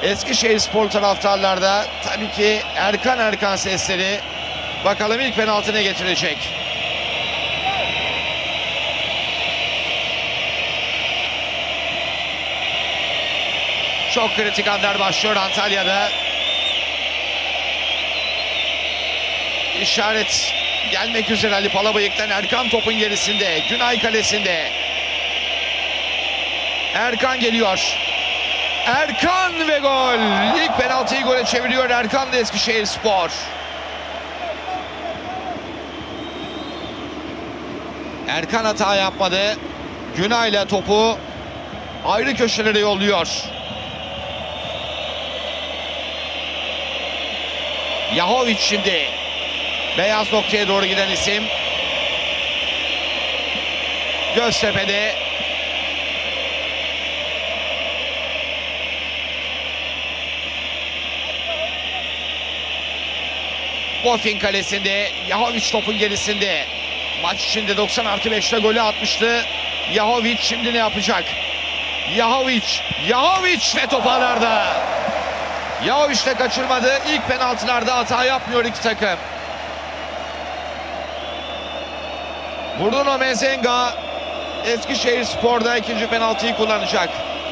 Eskişehirspor taraftarlarda tabii ki Erkan sesleri. Bakalım ilk penaltı ne getirecek? Çok kritik anlar başlıyor Antalya'da. İşaret gelmek üzere Ali Palabıyık'tan. Erkan topun gerisinde. Günay kalesinde. Erkan geliyor. Erkan ve gol. İlk penaltıyı gole çeviriyor Erkan'da Eskişehirspor. Erkan hata yapmadı. Günay'la topu ayrı köşelere yolluyor. Yahovic şimdi. Beyaz noktaya doğru giden isim. Göztepe'de. Bofin kalesinde. Yahovic topun gerisinde. Maç içinde 90+5'te golü atmıştı. Yahovic şimdi ne yapacak? Yahovic ve top ağlarda. Yahovic de kaçırmadı. İlk penaltılarda hata yapmıyor iki takım. Bruno Mezenga Eskişehirspor'da ikinci penaltıyı kullanacak.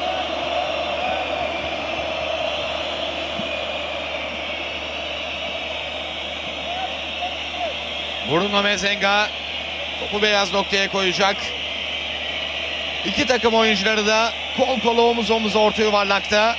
Bruno Mezenga topu beyaz noktaya koyacak. İki takım oyuncuları da kol kola omuz omuza orta yuvarlakta.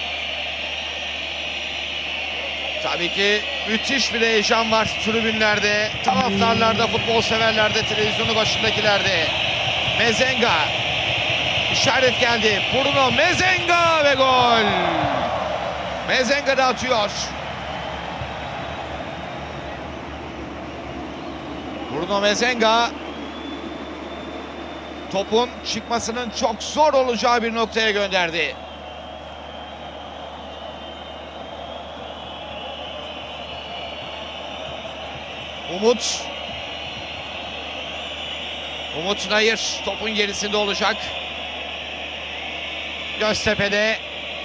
Tabii ki müthiş bir heyecan var tribünlerde, taraftarlarda, futbol severlerde, televizyonu başındakilerde. Mezenga. İşaret geldi. Bruno Mezenga ve gol. Mezenga da atıyor. Bruno Mezenga topun çıkmasının çok zor olacağı bir noktaya gönderdi. Umut Nayır topun gerisinde olacak. Göztepe'de.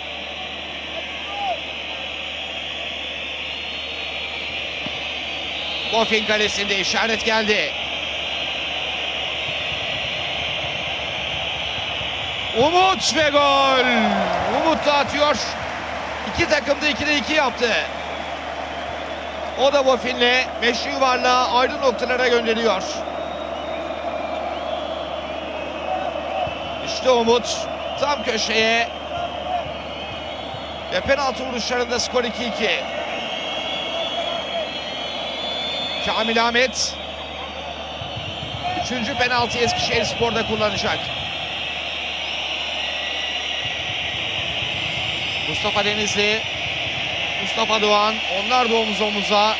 Bofin kalesinde işaret geldi. Umut ve gol. Umut da atıyor. İki takım da 2'de 2 yaptı. O da Bofin'le meşru yuvarlağı ayrı noktalara gönderiyor. İşte Umut tam köşeye ve penaltı vuruşlarında skor 2-2. Kamil Ahmet üçüncü penaltı Eskişehirspor'da kullanacak. Mustafa Denizli, Mustafa Doğan, onlar da omuz omuza.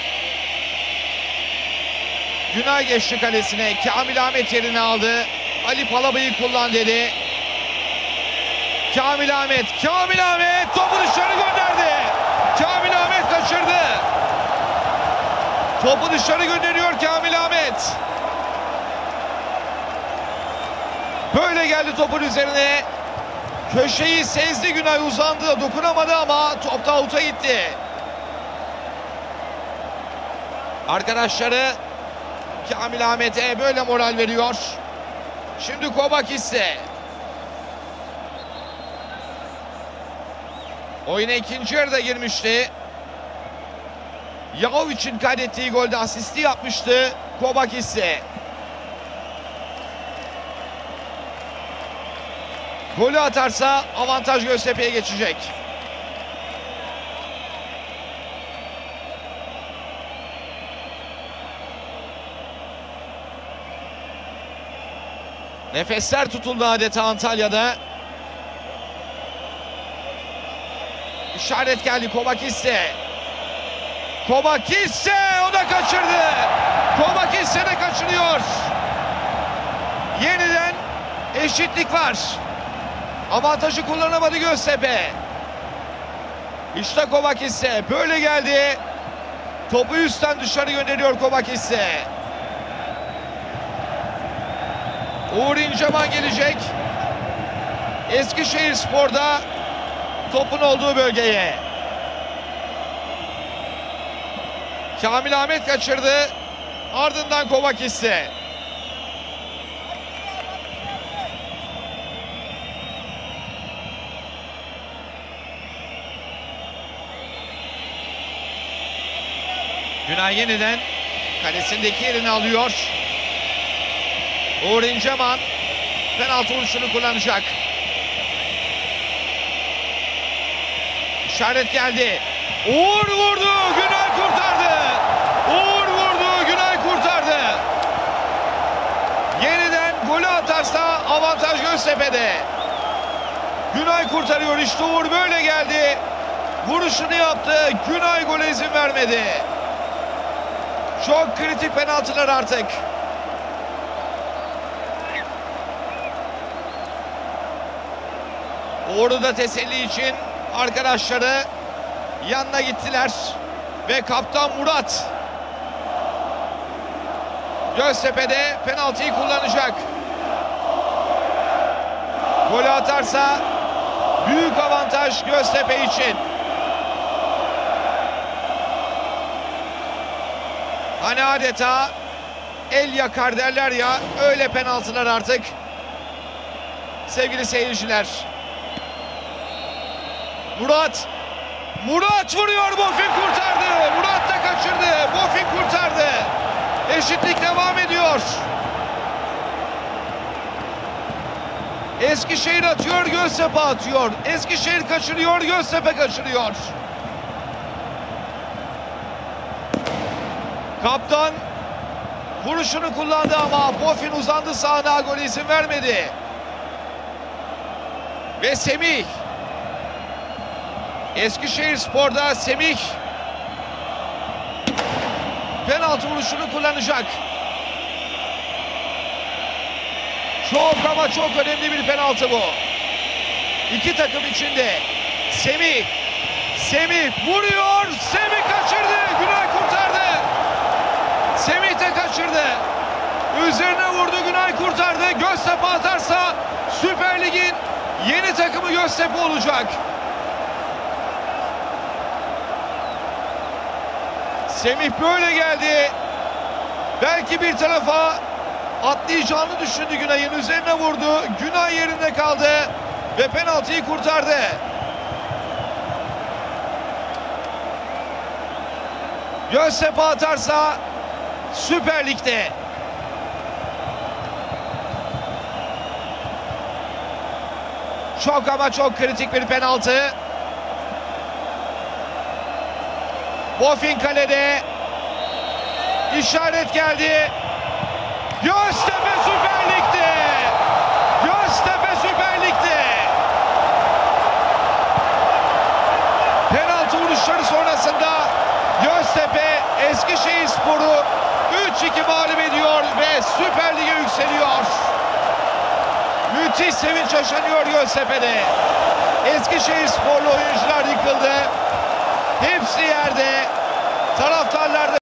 Günay geçti kalesine. Kamil Ahmet yerini aldı. Ali Palabıyık kullan dedi. Kamil Ahmet topu dışarı gönderdi. Kamil Ahmet kaçırdı. Topu dışarı gönderiyor Kamil Ahmet. Böyle geldi topun üzerine. Köşeyi sezdi Günay, uzandı, dokunamadı ama top da out'a gitti. Arkadaşları Kamil Ahmet'e böyle moral veriyor. Şimdi Kobakis'te. Oyuna ikinci yarıda girmişti. Yahovic'in kaydettiği golde asisti yapmıştı Kobakis'te. Golü atarsa avantaj Göztepe'ye geçecek. Nefesler tutuldu adeta Antalya'da. İşaret geldi Kobakis'te. O da kaçırdı. Kobakis'te de kaçırıyor. Yeniden eşitlik var. Avantajı kullanamadı Göztepe. İşte Kobakis'e böyle geldi. Topu üstten dışarı gönderiyor Kobakis'e. Uğur İnceman gelecek. Eskişehirspor'da topun olduğu bölgeye. Kamil Ahmet kaçırdı. Ardından Kovakis'te. Günay yeniden kalesindeki yerini alıyor. Uğur İnceman penaltı vuruşunu kullanacak. İşaret geldi. Uğur vurdu. Günay kurtardı. Uğur vurdu. Günay kurtardı. Yeniden golü atarsa avantaj Göztepe'de. Günay kurtarıyor. İşte Uğur böyle geldi. Vuruşunu yaptı. Günay gole izin vermedi. Çok kritik penaltılar artık. Uğur'u da teselli için arkadaşları yanına gittiler. Ve kaptan Murat Göztepe'de penaltıyı kullanacak. Golü atarsa büyük avantaj Göztepe için. Hani adeta el yakar derler ya, öyle penaltılar artık. Sevgili seyirciler. Murat vuruyor, Bofin kurtardı. Murat da kaçırdı, Bofin kurtardı. Eşitlik devam ediyor. Eskişehir atıyor, Göztepe atıyor. Eskişehir kaçırıyor, Göztepe kaçırıyor. Kaptan vuruşunu kullandı ama Bofin uzandı sağına, gol izin vermedi. Ve Semih. Eskişehirspor'da Semih penaltı vuruşunu kullanacak. Çok ama çok önemli bir penaltı bu. İki takım içinde. Semih vuruyor. Semih kaçırdı. Günay kurtardı. Semih de kaçırdı. Üzerine vurdu, Günay kurtardı. Göztepe atarsa Süper Lig'in yeni takımı Göztepe olacak. Semih böyle geldi. Belki bir tarafa atlayacağını düşündü Günay'ın. Üzerine vurdu. Günay yerinde kaldı ve penaltıyı kurtardı. Göztepe atarsa Süper Lig'de. Çok ama çok kritik bir penaltı. Bofin kalede. İşaret geldi. Göztepe Süper Lig'de. Göztepe Süper Lig'de. Penaltı vuruşları sonrasında Göztepe Eskişehirspor'u 3-2 mağlup ediyor ve Süper Lig'e yükseliyor. Müthiş sevinç yaşanıyor Göztepe'de. Eskişehirsporlu oyuncular yıkıldı. Hepsi yerde. Taraftarlar da